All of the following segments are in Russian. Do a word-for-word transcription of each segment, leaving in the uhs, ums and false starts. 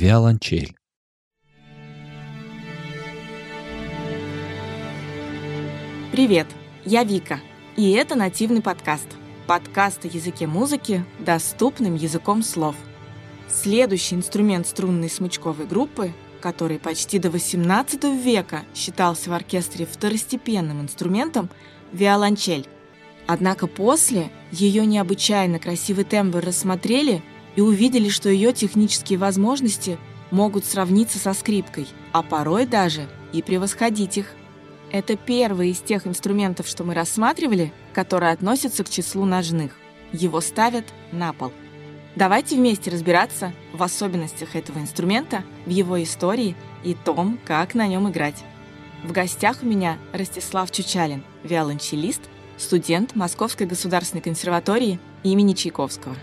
Виолончель. Привет, я Вика, и это нативный подкаст. Подкаст о языке музыки доступным языком слов. Следующий инструмент струнной смычковой группы, который почти до восемнадцатого века считался в оркестре второстепенным инструментом, виолончель. Однако после ее необычайно красивый тембр рассмотрели и увидели, что ее технические возможности могут сравниться со скрипкой, а порой даже и превосходить их. Это первый из тех инструментов, что мы рассматривали, которые относятся к числу ножных. Его ставят на пол. Давайте вместе разбираться в особенностях этого инструмента, в его истории и том, как на нем играть. В гостях у меня Ростислав Чучалин, виолончелист, студент Московской государственной консерватории имени Чайковского.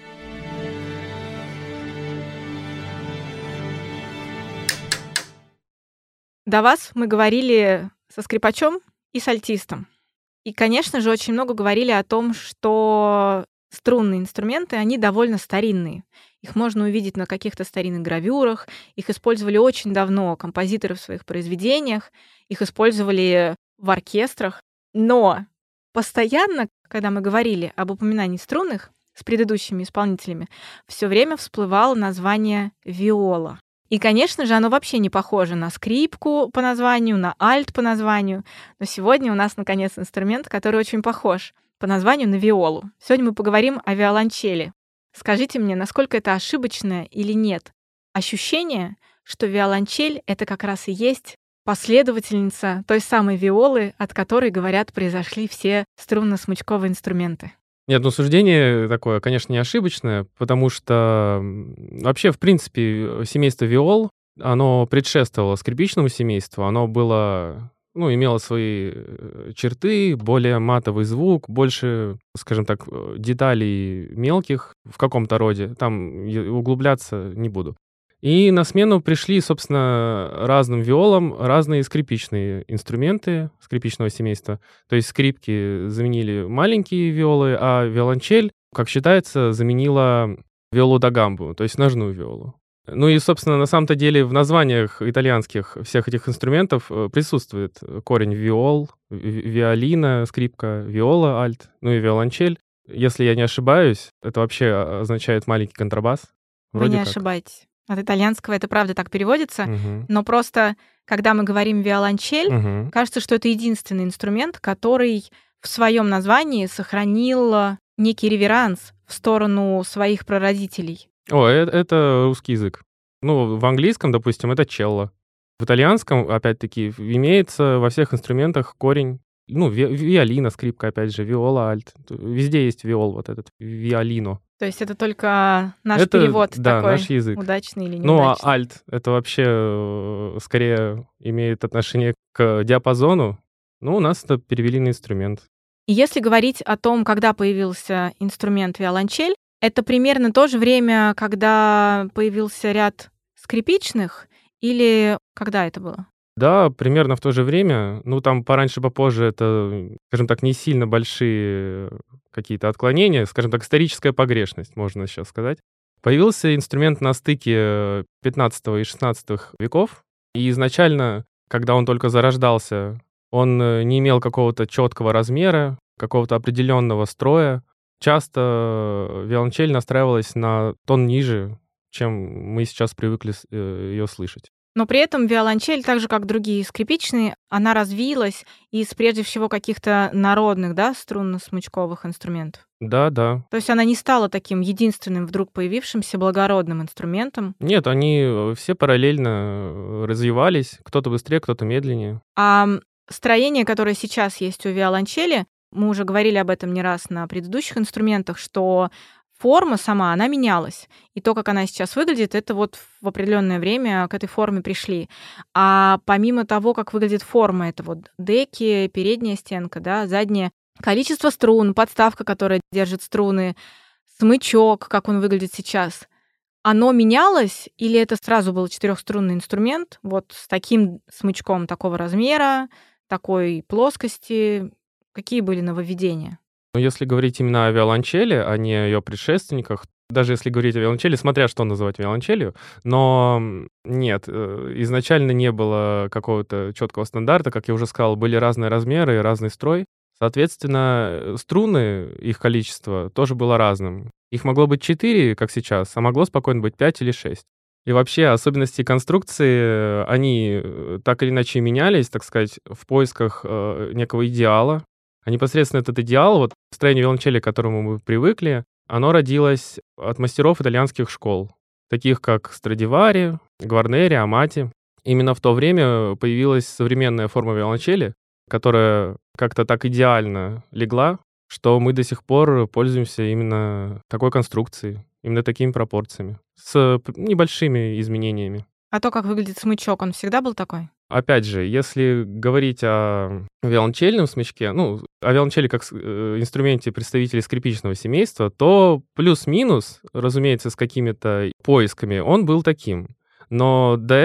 До вас мы говорили со скрипачом и с альтистом. И, конечно же, очень много говорили о том, что струнные инструменты, они довольно старинные. Их можно увидеть на каких-то старинных гравюрах, их использовали очень давно композиторы в своих произведениях, их использовали в оркестрах. Но постоянно, когда мы говорили об упоминании струнных с предыдущими исполнителями, все время всплывало название виола. И, конечно же, оно вообще не похоже на скрипку по названию, на альт по названию. Но сегодня у нас, наконец, инструмент, который очень похож по названию на виолу. Сегодня мы поговорим о виолончели. Скажите мне, насколько это ошибочное или нет ощущение, что виолончель — это как раз и есть последовательница той самой виолы, от которой, говорят, произошли все струнно-смычковые инструменты? Нет, ну суждение такое, конечно, не ошибочное, потому что вообще, в принципе, семейство виол, оно предшествовало скрипичному семейству, оно было, ну, имело свои черты, более матовый звук, больше, скажем так, деталей мелких в каком-то роде, там углубляться не буду. И на смену пришли, собственно, разным виолам разные скрипичные инструменты скрипичного семейства. То есть скрипки заменили маленькие виолы, а виолончель, как считается, заменила виолу да гамбу, то есть ножную виолу. Ну и, собственно, на самом-то деле в названиях итальянских всех этих инструментов присутствует корень виол, виолина, скрипка, виола, альт, ну и виолончель. Если я не ошибаюсь, это вообще означает маленький контрабас. Вроде Вы не как. ошибаетесь. От итальянского это правда так переводится, Угу. но просто, когда мы говорим виолончель, Угу. кажется, что это единственный инструмент, который в своем названии сохранил некий реверанс в сторону своих прародителей. О, это, это русский язык. Ну, в английском, допустим, это челло. В итальянском, опять-таки, имеется во всех инструментах корень, ну, ви- виолина, скрипка, опять же, виола, альт. Везде есть виол, вот этот, виолино. То есть это только наш Это, перевод да, такой, наш язык. удачный или Ну, а неудачный. альт — это вообще э, скорее имеет отношение к диапазону. Ну, у нас это перевели на инструмент. И если говорить о том, когда появился инструмент виолончель, это примерно то же время, когда появился ряд скрипичных, или когда это было? Да, примерно в то же время. Ну, там пораньше, попозже это, скажем так, не сильно большие какие-то отклонения, скажем так, историческая погрешность, можно сейчас сказать. Появился инструмент на стыке пятнадцатого и шестнадцатого веков, и изначально, когда он только зарождался, он не имел какого-то четкого размера, какого-то определенного строя. Часто виолончель настраивалась на тон ниже, чем мы сейчас привыкли ее слышать. Но при этом виолончель, так же как другие скрипичные, она развилась из, прежде всего, каких-то народных, да, струнно-смычковых инструментов. Да, да. То есть она не стала таким единственным вдруг появившимся благородным инструментом. Нет, они все параллельно развивались, кто-то быстрее, кто-то медленнее. А строение, которое сейчас есть у виолончели, мы уже говорили об этом не раз на предыдущих инструментах, что форма сама, она менялась. И то, как она сейчас выглядит, это вот в определенное время к этой форме пришли. А помимо того, как выглядит форма, это вот деки, передняя стенка, да, задняя, количество струн, подставка, которая держит струны, смычок, как он выглядит сейчас, оно менялось или это сразу был четырехструнный инструмент, вот с таким смычком такого размера, такой плоскости? Какие были нововведения? Но если говорить именно о виолончели, а не о ее предшественниках, даже если говорить о виолончели, смотря что называть виолончелью, но нет, э, изначально не было какого-то четкого стандарта, как я уже сказал, были разные размеры и разный строй. Соответственно, струны, их количество тоже было разным. Их могло быть четыре, как сейчас, а могло спокойно быть пять или шесть. И вообще особенности конструкции, они э, так или иначе менялись, так сказать, в поисках э, некого идеала. А непосредственно этот идеал, вот строение виолончели, к которому мы привыкли, оно родилось от мастеров итальянских школ, таких как Страдивари, Гварнери, Амати. Именно в то время появилась современная форма виолончели, которая как-то так идеально легла, что мы до сих пор пользуемся именно такой конструкцией, именно такими пропорциями, с небольшими изменениями. А то, как выглядит смычок, он всегда был такой? Опять же, если говорить о виолончельном смычке, ну, о виолончели как э, инструменте представителей скрипичного семейства, то плюс-минус, разумеется, с какими-то поисками, он был таким. Но до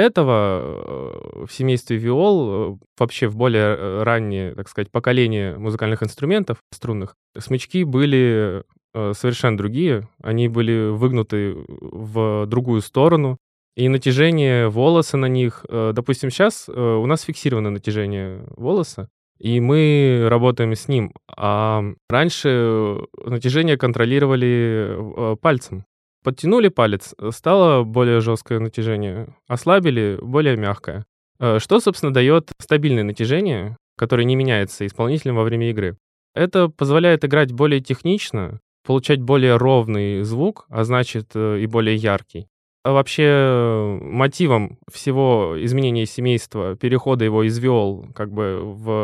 этого в семействе виол, вообще в более раннее, так сказать, поколение музыкальных инструментов струнных, смычки были совершенно другие. Они были выгнуты в другую сторону. И натяжение волоса на них... Допустим, сейчас у нас фиксировано натяжение волоса, и мы работаем с ним. А раньше натяжение контролировали пальцем. Подтянули палец, стало более жесткое натяжение, ослабили, более мягкое. Что, собственно, дает стабильное натяжение, которое не меняется исполнителем во время игры. Это позволяет играть более технично, получать более ровный звук, а значит и более яркий. А вообще мотивом всего изменения семейства, перехода его из виол как бы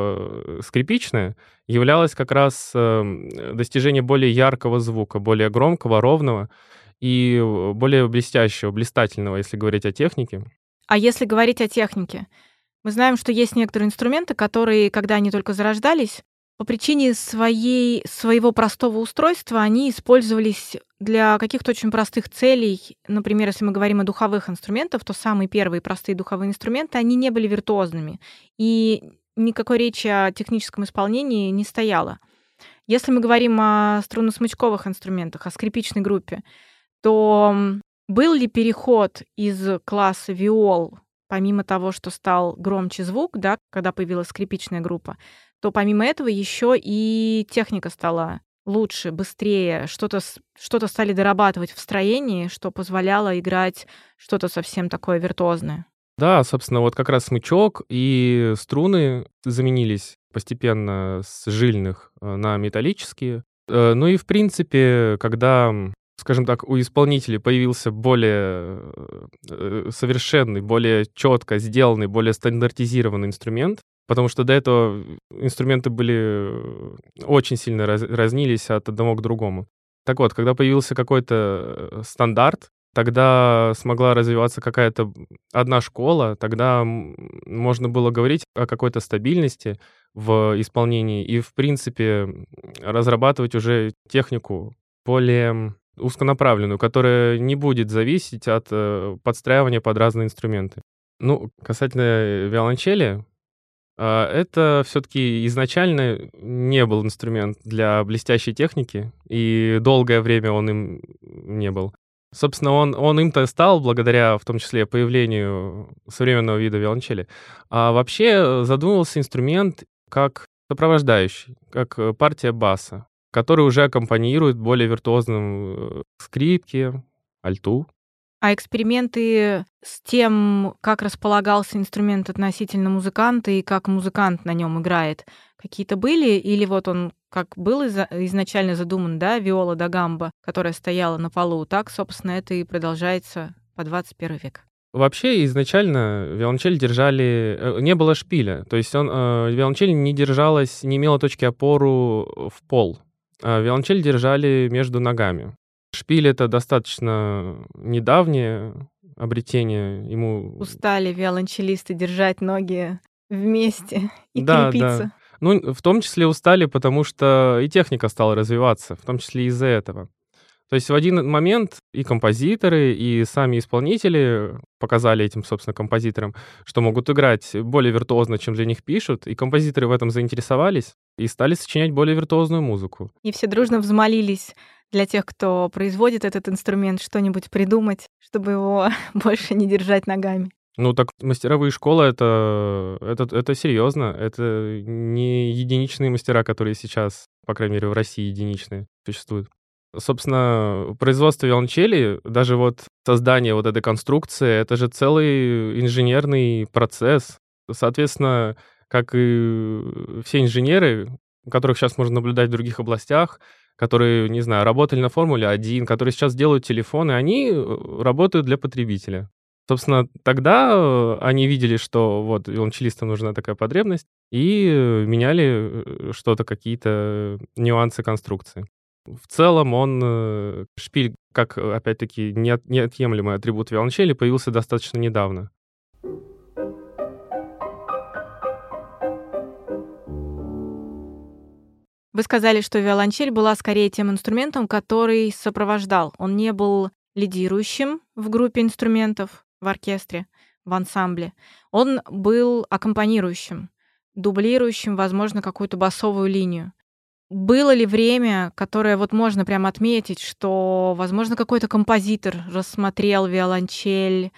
в скрипичное, являлось как раз достижение более яркого звука, более громкого, ровного и более блестящего, блистательного, если говорить о технике. А если говорить о технике? Мы знаем, что есть некоторые инструменты, которые, когда они только зарождались, по причине своей, своего простого устройства они использовались для каких-то очень простых целей. Например, если мы говорим о духовых инструментах, то самые первые простые духовые инструменты, они не были виртуозными. И никакой речи о техническом исполнении не стояло. Если мы говорим о струнно-смычковых инструментах, о скрипичной группе, то был ли переход из класса виол, помимо того, что стал громче звук, да, когда появилась скрипичная группа, то помимо этого еще и техника стала лучше, быстрее, что-то, что-то стали дорабатывать в строении, что позволяло играть что-то совсем такое виртуозное. Да, собственно, вот как раз смычок и струны заменились постепенно с жильных на металлические. Ну и, в принципе, когда, скажем так, у исполнителей появился более совершенный, более четко сделанный, более стандартизированный инструмент, потому что до этого инструменты были очень сильно раз, разнились от одного к другому. Так вот, когда появился какой-то стандарт, тогда смогла развиваться какая-то одна школа, тогда можно было говорить о какой-то стабильности в исполнении и, в принципе, разрабатывать уже технику более узконаправленную, которая не будет зависеть от подстраивания под разные инструменты. Ну, касательно виолончели, это все-таки изначально не был инструмент для блестящей техники, и долгое время он им не был. Собственно, он, он им-то стал благодаря, в том числе, появлению современного вида виолончели. А вообще задумывался инструмент как сопровождающий, как партия баса, который уже аккомпанирует более виртуозным скрипке, альту. А эксперименты с тем, как располагался инструмент относительно музыканта и как музыкант на нем играет, какие-то были? Или вот он как был изначально задуман, да, виола да гамба, которая стояла на полу, так, собственно, это и продолжается по двадцать первый век? Вообще, изначально виолончель держали... Не было шпиля, то есть он, виолончель не держалась, не имела точки опору в пол. Виолончель держали между ногами. Шпиль — это достаточно недавнее обретение. Ему... Устали виолончелисты держать ноги вместе и да, крепиться. Да. Ну, в том числе устали, потому что и техника стала развиваться, в том числе из-за этого. То есть в один момент и композиторы, и сами исполнители показали этим, собственно, композиторам, что могут играть более виртуозно, чем для них пишут, и композиторы в этом заинтересовались и стали сочинять более виртуозную музыку. И все дружно взмолились для тех, кто производит этот инструмент, что-нибудь придумать, чтобы его больше не держать ногами. Ну, так мастеровые школы — это, это, это серьезно. Это не единичные мастера, которые сейчас, по крайней мере, в России единичные существуют. Собственно, производство виолончели, даже вот создание вот этой конструкции, это же целый инженерный процесс. Соответственно, как и все инженеры, которых сейчас можно наблюдать в других областях, которые, не знаю, работали на Формуле один, которые сейчас делают телефоны, они работают для потребителя. Собственно, тогда они видели, что вот виолончелистам нужна такая потребность, и меняли что-то, какие-то нюансы конструкции. В целом он, шпиль, как, опять-таки, неот- неотъемлемый атрибут виолончели, появился достаточно недавно. Вы сказали, что виолончель была скорее тем инструментом, который сопровождал. Он не был лидирующим в группе инструментов, в оркестре, в ансамбле. Он был аккомпанирующим, дублирующим, возможно, какую-то басовую линию. Было ли время, которое вот можно прям отметить, что, возможно, какой-то композитор рассмотрел виолончель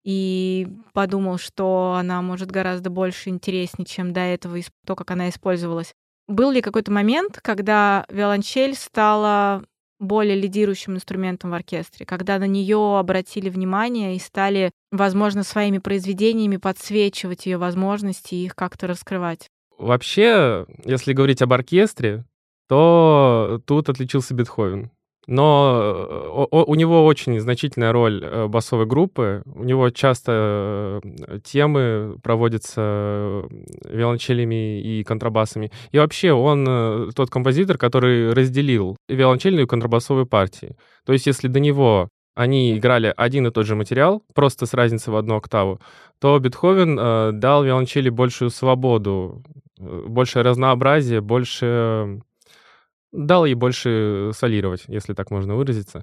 и подумал, что она может гораздо больше интереснее, чем до этого исп- то, как она использовалась? Был ли какой-то момент, когда виолончель стала более лидирующим инструментом в оркестре, когда на нее обратили внимание и стали, возможно, своими произведениями подсвечивать ее возможности и их как-то раскрывать? Вообще, если говорить об оркестре, то тут отличился Бетховен. Но э, о- о- у него очень значительная роль э, басовой группы. У него часто э, темы проводятся э, виолончелями и контрабасами. И вообще он э, тот композитор, который разделил виолончельную и контрабасовую партии. То есть если до него они играли один и тот же материал, просто с разницей в одну октаву, то Бетховен э, дал виолончели большую свободу, э, большее разнообразие, больше... дал ей больше солировать, если так можно выразиться.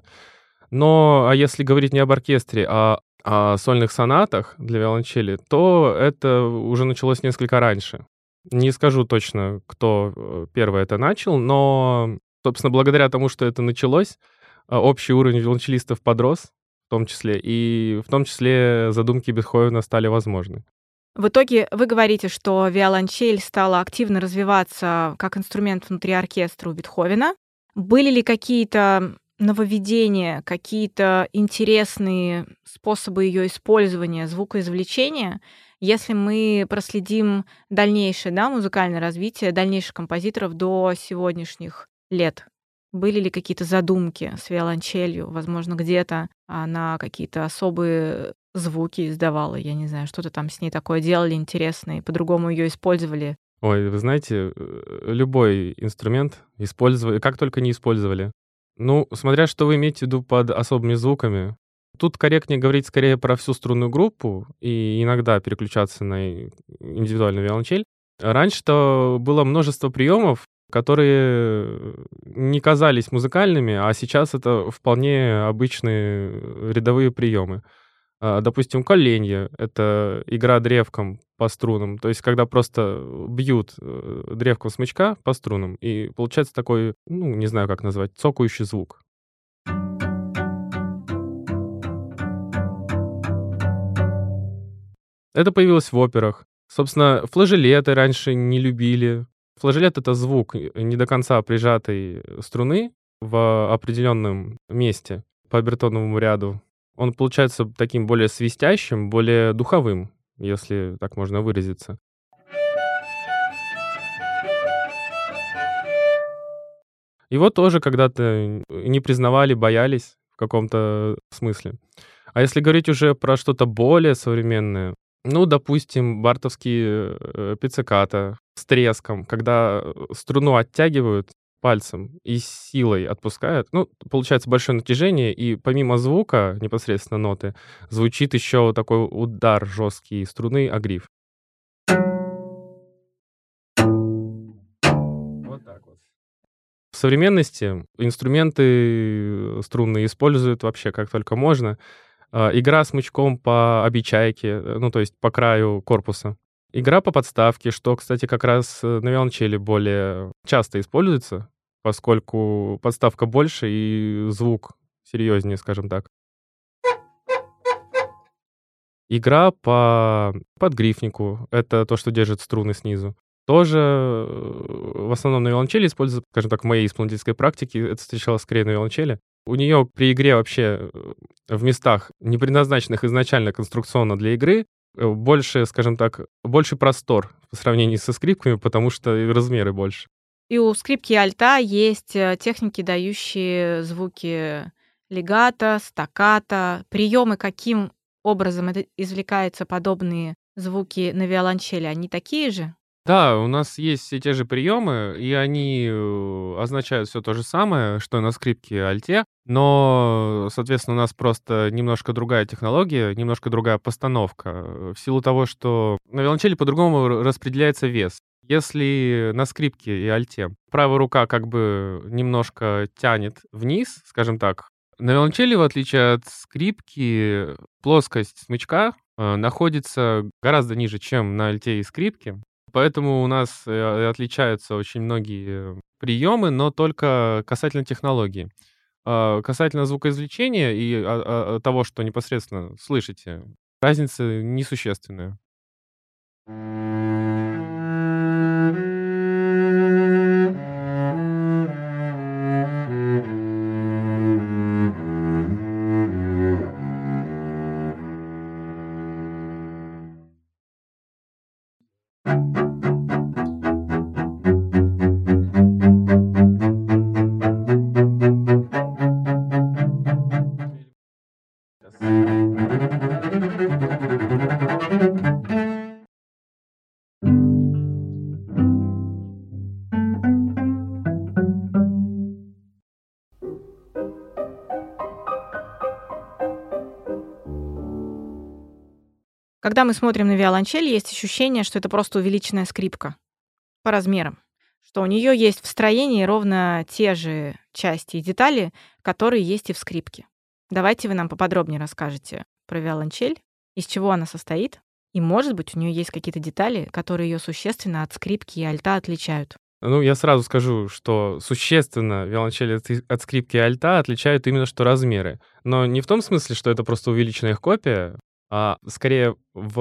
Но а если говорить не об оркестре, а о сольных сонатах для виолончели, то это уже началось несколько раньше. Не скажу точно, кто э, первый это начал, но, собственно, благодаря тому, что это началось, а, общий уровень виолончелистов подрос, в том числе, и в том числе задумки Бетховена стали возможны. В итоге вы говорите, что виолончель стала активно развиваться как инструмент внутри оркестра у Бетховена. Были ли какие-то нововведения, какие-то интересные способы ее использования, звукоизвлечения, если мы проследим дальнейшее, да, музыкальное развитие дальнейших композиторов до сегодняшних лет? Были ли какие-то задумки с виолончелью? Возможно, где-то она какие-то особые звуки издавала, я не знаю, что-то там с ней такое делали интересное, и по-другому ее использовали. Ой, вы знаете, э, любой инструмент использовали, как только не использовали. Ну, смотря что вы имеете в виду под особыми звуками. Тут корректнее говорить скорее про всю струнную группу и иногда переключаться на и- индивидуальную виолончель. Раньше-то было множество приемов, которые не казались музыкальными, а сейчас это вполне обычные э, рядовые приемы. А, Допустим, коленье — это игра древком по струнам. То есть когда просто бьют э, древком смычка по струнам, и получается такой, ну, не знаю, как назвать, цокающий звук. Это появилось в операх. Собственно, флажолеты раньше не любили. Флажолет — это звук э, не до конца прижатой струны в определенном месте по обертоновому ряду. Он получается таким более свистящим, более духовым, если так можно выразиться. Его тоже когда-то не признавали, боялись в каком-то смысле. А если говорить уже про что-то более современное, ну, допустим, бартовские э, пицциката с треском, когда э, струну оттягивают пальцем и с силой отпускают, ну, получается большое натяжение, и помимо звука, непосредственно ноты, звучит еще такой удар жесткий струны о гриф. Вот так вот. В современности инструменты струнные используют вообще как только можно. А, Игра смычком по обечайке, э, ну, то есть по краю корпуса. Игра по подставке, что, кстати, как раз э, на виолончели более часто используется. поскольку подставка больше и звук серьезнее, скажем так. Игра по подгрифнику — это то, что держит струны снизу. Тоже э, в основном на виолончели используется, скажем так, в моей исполнительской практике это встречалось скорее на виолончели. У нее при игре вообще э, в местах, не предназначенных изначально конструкционно для игры, э, больше, скажем так, больше простор по сравнению со скрипками, потому что и размеры больше. И у скрипки и альта есть э, техники, дающие звуки легато, стаккато, приемы, каким образом это извлекаются подобные звуки на виолончели, они такие же? Да, у нас есть все те же приемы, и они э, означают все то же самое, что и на скрипке и альте, но, соответственно, у нас просто немножко другая технология, немножко другая постановка, э, в силу того, что на виолончели по-другому р- распределяется вес. Если на скрипке и альте правая рука как бы немножко тянет вниз, скажем так, на виолончели, в отличие от скрипки, плоскость смычка э, находится гораздо ниже, чем на альте и скрипке. Поэтому у нас э, отличаются очень многие приемы, но только касательно технологии. А касательно звукоизвлечения и а, а, того, что непосредственно слышите, разница несущественная. Когда мы смотрим на виолончель, есть ощущение, что это просто увеличенная скрипка по размерам, что у нее есть в строении ровно те же части и детали, которые есть и в скрипке. Давайте вы нам поподробнее расскажете про виолончель, из чего она состоит, и, может быть, у нее есть какие-то детали, которые ее существенно от скрипки и альта отличают. Ну, я сразу скажу, что существенно виолончели от, от скрипки и альта отличают именно что размеры. Но не в том смысле, что это просто увеличенная их копия, а скорее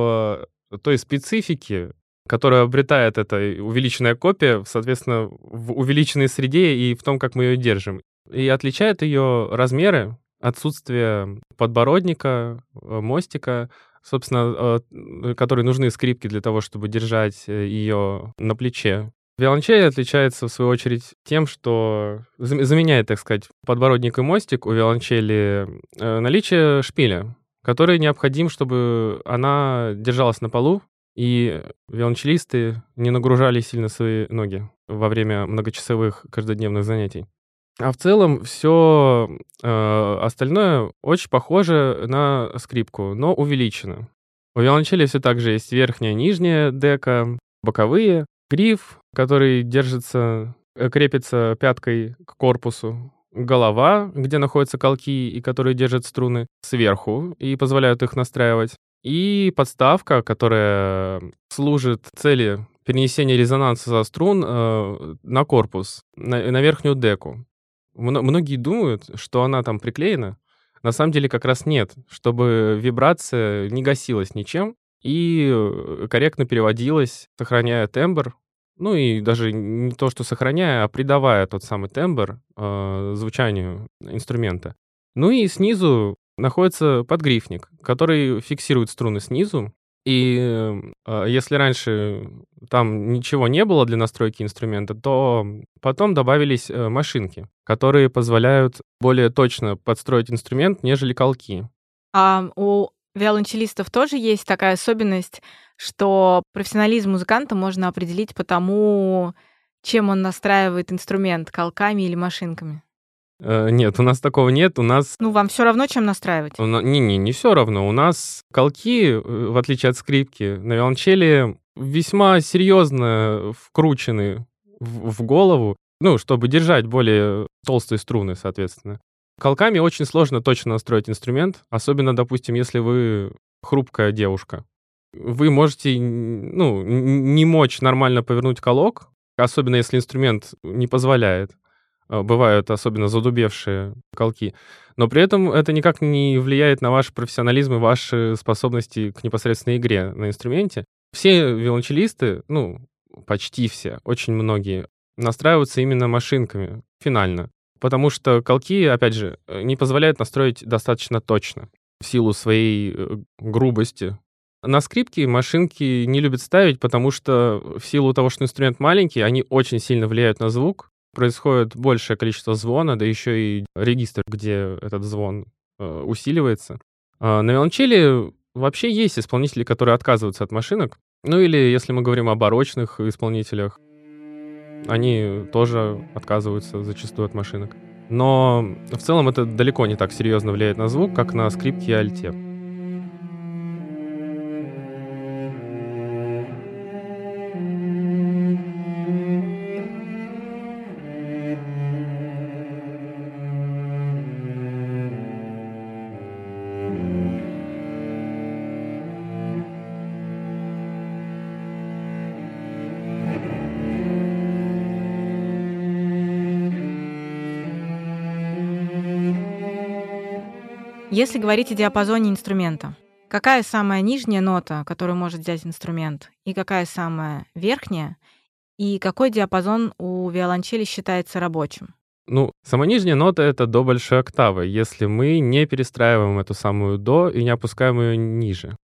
в той специфике, которую обретает эта увеличенная копия, соответственно, в увеличенной среде и в том, как мы ее держим. И отличают ее размеры, отсутствие подбородника, э, мостика, собственно, э, которые нужны скрипке для того, чтобы держать ее на плече. Виолончель отличается, в свою очередь, тем, что зам- заменяет, так сказать, подбородник и мостик у виолончели э, наличие шпиля, который необходим, чтобы она держалась на полу, и виолончелисты не нагружали сильно свои ноги во время многочасовых каждодневных занятий. А в целом все остальное очень похоже на скрипку, но увеличено. У виолончели все так же есть верхняя, нижняя дека, боковые, гриф, который держится, э, крепится пяткой к корпусу, голова, где находятся колки и которые держат струны сверху и позволяют их настраивать, и подставка, которая служит цели перенесения резонанса со струн э, на корпус, на, на верхнюю деку. Мно- Многие думают, что она там приклеена. На самом деле как раз нет, чтобы вибрация не гасилась ничем и э, корректно переводилась, сохраняя тембр. Ну и даже не то, что сохраняя, а придавая тот самый тембр э, звучанию инструмента. Ну и снизу находится подгрифник, который фиксирует струны снизу. И э, если раньше там ничего не было для настройки инструмента, то потом добавились э, машинки, которые позволяют более точно подстроить инструмент, нежели колки. А у виолончелистов тоже есть такая особенность, что профессионализм музыканта можно определить по тому, чем он настраивает инструмент, колками или машинками. Э, Нет, у нас такого нет. У нас Ну, вам все равно, чем настраивать. У на- Не-не, не все равно. У нас колки, э, в отличие от скрипки, на виолончели весьма серьезно вкручены в, в голову, ну, чтобы держать более толстые струны, соответственно. Колками очень сложно точно настроить инструмент, особенно, допустим, если вы хрупкая девушка. Вы можете, н- ну, н- не мочь нормально повернуть колок, особенно если инструмент не позволяет. э, бывают особенно задубевшие колки. Но при этом это никак не влияет на ваш профессионализм и ваши способности к непосредственной игре на инструменте. Все виолончелисты, ну, почти все, очень многие, настраиваются именно машинками финально. Потому что колки, опять же, не позволяют настроить достаточно точно в силу своей э, грубости. На скрипке машинки не любят ставить, потому что в силу того, что инструмент маленький, они очень сильно влияют на звук. Происходит большее количество звона, да еще и регистр, где этот звон э, усиливается. А на виолончели вообще есть исполнители, которые отказываются от машинок. Ну или если мы говорим о барочных исполнителях, они тоже отказываются зачастую от машинок. Но в целом это далеко не так серьезно влияет на звук, как на скрипке и альте. Если говорить о диапазоне инструмента, какая самая нижняя нота, которую может взять инструмент, и какая самая верхняя, и какой диапазон у виолончели считается рабочим? Ну, самая нижняя нота — это до большой октавы, если мы не перестраиваем эту самую до и не опускаем ее ниже.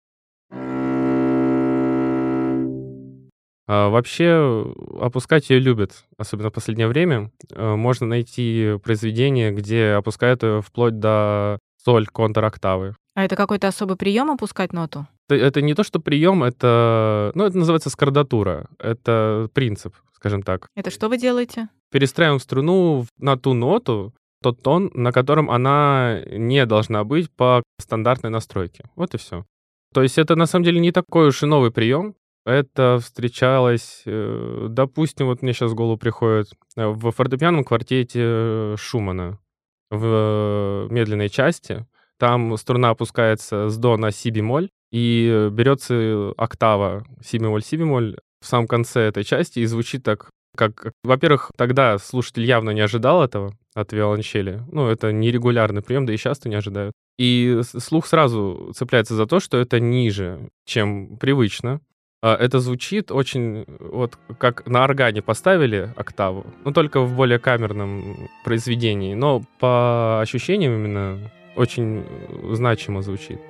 А вообще опускать ее любят, особенно в последнее время. Э, Можно найти произведения, где опускают ее вплоть до соль контр-октавы. А это какой-то особый прием опускать ноту? Это, это не то, что прием, это, ну, это называется скордатура. Это принцип, скажем так. Это что вы делаете? Перестраиваем струну в- на ту ноту, тот тон, на котором она не должна быть по стандартной настройке. Вот и все. То есть это на самом деле не такой уж и новый прием. Это встречалось, э, допустим, вот мне сейчас в голову приходит, э, в фортепианном квартете э, Шумана в э, медленной части. Там струна опускается с до на си бемоль, и э, берется октава си бемоль, си бемоль в самом конце этой части и звучит так, как, во-первых, тогда слушатель явно не ожидал этого от виолончели. Ну, это нерегулярный прием, да и часто не ожидают. И с- слух сразу цепляется за то, что это ниже, чем привычно. А, Это звучит очень, вот как на органе поставили октаву, но только в более камерном произведении, но по ощущениям именно очень э, значимо звучит.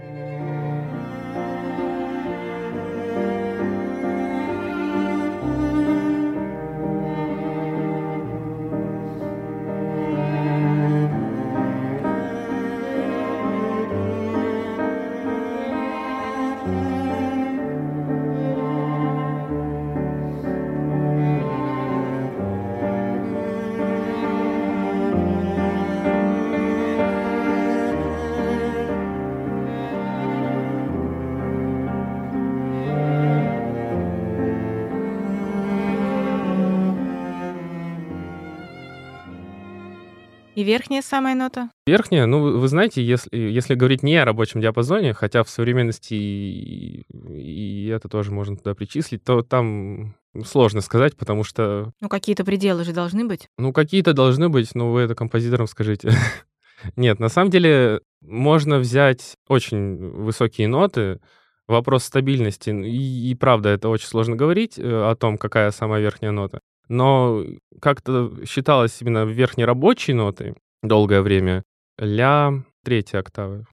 И верхняя самая нота? Верхняя, ну, вы вы знаете, если, если говорить не о рабочем диапазоне, хотя в современности и, и это тоже можно туда причислить, то там сложно сказать, потому что, Ну, какие-то пределы же должны быть. ну, какие-то должны быть, но вы это композиторам скажите. Нет, на самом деле можно взять очень высокие ноты. Вопрос стабильности, н- и, и правда, это очень сложно говорить э, о том, какая самая верхняя нота. Но как-то считалось именно верхней рабочей нотой долгое время ля третьей октавы.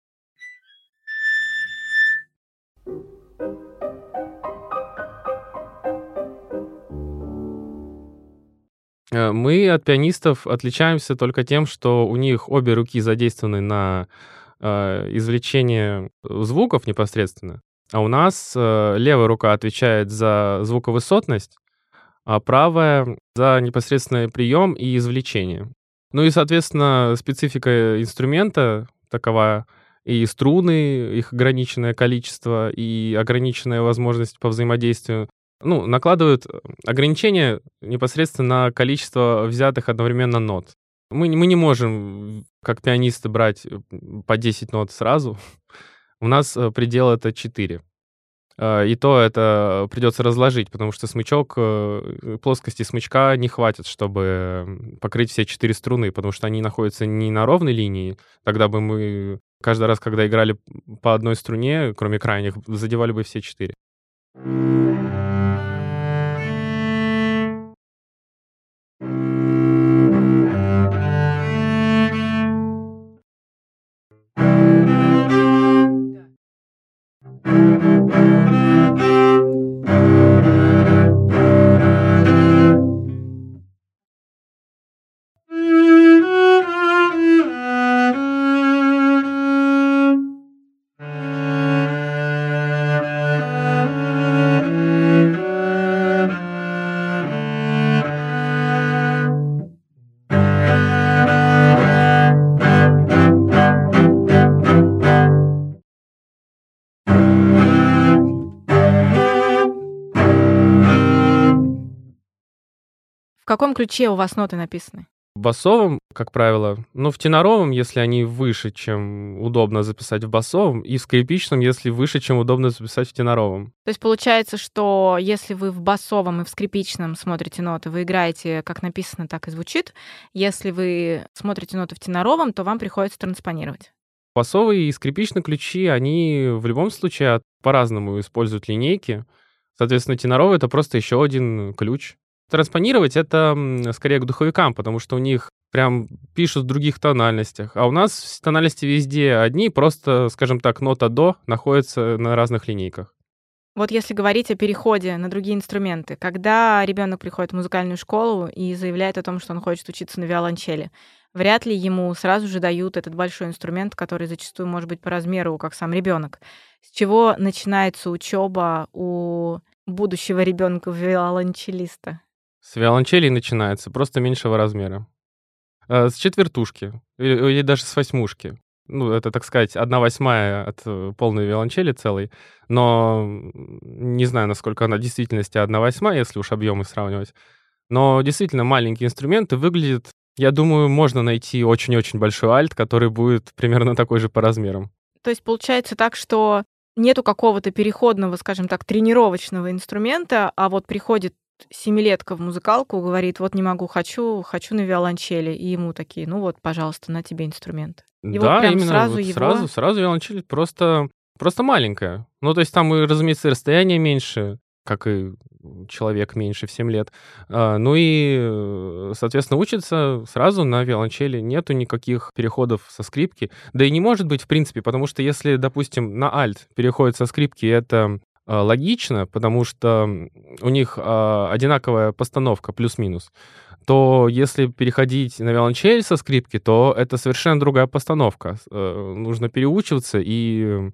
Э, Мы от пианистов отличаемся только тем, что у них обе руки задействованы на э, извлечение звуков непосредственно, а у нас э, левая рука отвечает за звуковысотность, а правая за непосредственный прием и извлечение. Ну и, соответственно, специфика инструмента такова, и струны, их ограниченное количество, и ограниченная возможность по взаимодействию, ну, накладывают э, ограничения непосредственно на количество взятых одновременно нот. Мы, не- мы не можем, как пианисты, брать э, по десять нот сразу. У нас э, предел — это четыре. А, И то это придется разложить, потому что смычок, э, плоскости смычка не хватит, чтобы м, покрыть все четыре струны, потому что они находятся не на ровной линии. Тогда бы мы каждый раз, когда играли по одной струне, кроме крайних, задевали бы все четыре. В каком ключе у вас ноты написаны? В басовом, как правило, ну, в теноровом, если они выше, чем удобно записать в басовом, и в скрипичном, если выше, чем удобно записать в теноровом. То есть получается, что если вы в басовом и в скрипичном смотрите ноты, вы играете как написано, так и звучит. Если вы смотрите ноты в теноровом, то вам приходится транспонировать. Басовые и скрипичные ключи, они в любом случае от- по-разному используют линейки. Соответственно, теноровый — это просто еще один ключ. Транспонировать — это м, скорее к духовикам, потому что у них прям пишут в других тональностях. А у нас тональности везде одни, просто, скажем так, нота до находится на разных линейках. Вот если говорить о переходе на другие инструменты, когда ребенок приходит в музыкальную школу и заявляет о том, что он хочет учиться на виолончели, вряд ли ему сразу же дают этот большой инструмент, который зачастую может быть по размеру, как сам ребенок. С чего начинается учеба у будущего ребенка виолончелиста? С виолончелей начинается, просто меньшего размера. Э, С четвертушки или, или даже с восьмушки. Ну, это, так сказать, одна восьмая от э, полной виолончели целой. Но м, не знаю, насколько она в действительности одна восьмая, если уж объемы сравнивать. Но действительно маленькие инструменты выглядят, я думаю, можно найти очень-очень большой альт, который будет примерно такой же по размерам. То есть получается так, что нету какого-то переходного, скажем так, тренировочного инструмента, а вот приходит семилетка в музыкалку, говорит, вот не могу, хочу, хочу на виолончели. И ему такие, ну вот, пожалуйста, на тебе инструмент. И вот Да, прям именно сразу вот его... сразу, сразу виолончель просто, просто маленькая. Ну, то есть там, и, разумеется, и расстояние меньше, как и человек меньше в семь лет. А, Ну и, э, соответственно, учится сразу на виолончели. Нету никаких переходов со скрипки. Да и не может быть, в принципе, потому что если, допустим, на альт переходит со скрипки, это э, логично, потому что м, у них а, одинаковая постановка, плюс-минус, то если переходить на виолончель со скрипки, то это совершенно другая постановка. С- э, Нужно переучиваться, и э,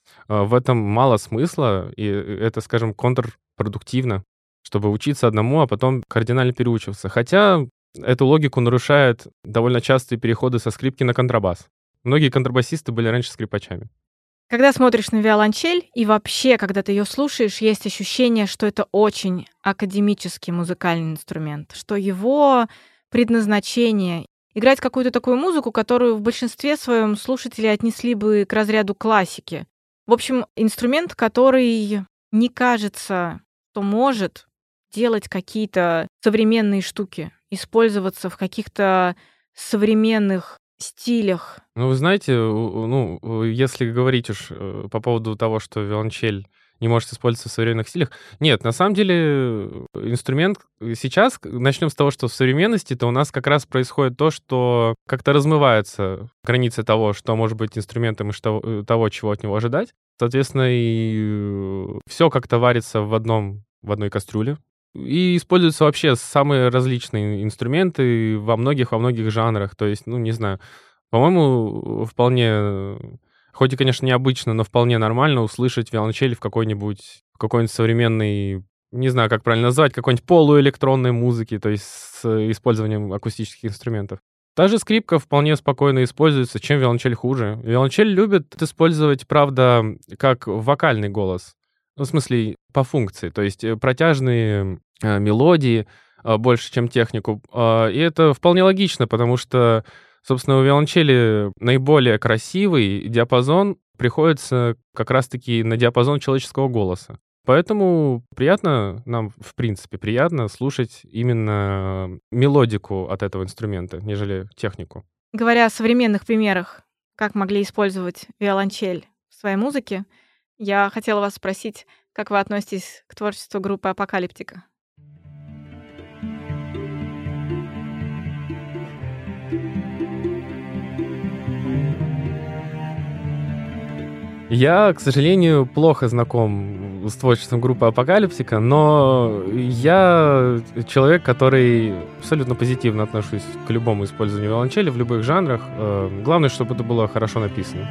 в этом мало смысла, и это, скажем, контрпродуктивно, чтобы учиться одному, а потом кардинально переучиваться. Хотя эту логику нарушают довольно частые переходы со скрипки на контрабас. Многие контрабасисты были раньше скрипачами. Когда смотришь на виолончель, и вообще, когда ты ее слушаешь, есть ощущение, что это очень академический музыкальный инструмент, что его предназначение — играть какую-то такую музыку, которую в большинстве своем слушатели отнесли бы к разряду классики. В общем, инструмент, который не кажется, что может делать какие-то современные штуки, использоваться в каких-то современных стилях. Ну, вы знаете, у- у- ну, если говорить уж э, по поводу того, что виолончель не может использоваться в современных стилях, нет, на самом деле э, инструмент сейчас, начнем с того, что в современности-то у нас как раз происходит то, что как-то размываются границы того, что может быть инструментом и что, э, того, чего от него ожидать. Соответственно, и все как-то варится в одном, в одной кастрюле. И используются вообще самые различные инструменты во многих, во многих жанрах. То есть, ну, не знаю, по-моему, вполне, э, хоть и, конечно, необычно, но вполне нормально услышать виолончель в какой-нибудь, в какой-нибудь современной, не знаю, как правильно назвать, какой-нибудь полуэлектронной музыке, то есть с использованием акустических инструментов. Та же скрипка вполне спокойно используется, чем виолончель хуже. Виолончель любят использовать, правда, как вокальный голос. Ну, в смысле, по функции. То есть э, протяжные э, мелодии э, больше, чем технику. А, И это вполне логично, потому что, собственно, у виолончели наиболее красивый диапазон приходится как раз-таки на диапазон человеческого голоса. Поэтому приятно, нам, в принципе, приятно слушать именно мелодику от этого инструмента, нежели технику. Говоря о современных примерах, как могли использовать виолончель в своей музыке, я хотела вас спросить, как вы относитесь к творчеству группы «Апокалиптика»? Я, к сожалению, плохо знаком с творчеством группы «Апокалиптика», но я человек, который абсолютно позитивно отношусь к любому использованию виолончели в любых жанрах. Главное, чтобы это было хорошо написано.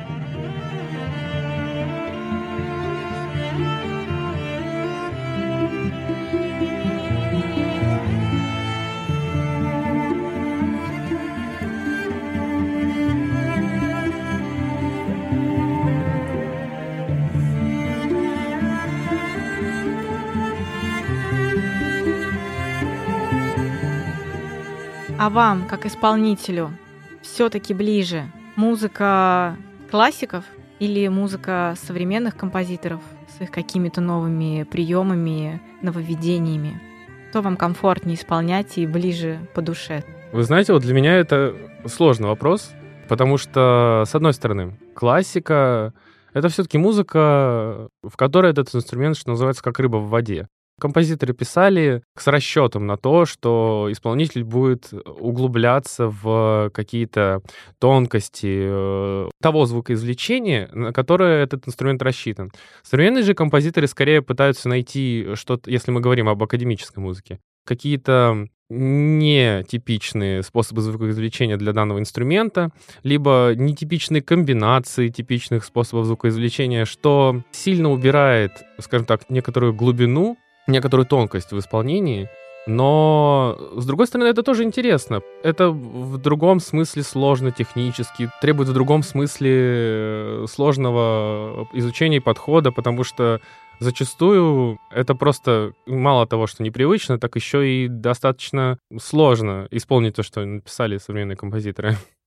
А вам, как исполнителю, все-таки ближе музыка классиков или музыка современных композиторов с их какими-то новыми приемами, нововведениями? Что вам комфортнее исполнять и ближе по душе? Вы знаете, вот для меня это сложный вопрос, потому что, с одной стороны, классика — это все-таки музыка, в которой этот инструмент, что называется, как рыба в воде. Композиторы писали с расчетом на то, что исполнитель будет углубляться в какие-то тонкости того звукоизвлечения, на которое этот инструмент рассчитан. Современные же композиторы скорее пытаются найти что-то, если мы говорим об академической музыке, какие-то нетипичные способы звукоизвлечения для данного инструмента, либо нетипичные комбинации типичных способов звукоизвлечения, что сильно убирает, скажем так, некоторую глубину, некоторую тонкость в исполнении, но, с другой стороны, это тоже интересно. Это в другом смысле сложно технически, требует в другом смысле сложного изучения и подхода, потому что зачастую это просто мало того, что непривычно, так еще и достаточно сложно исполнить то, что написали современные композиторы.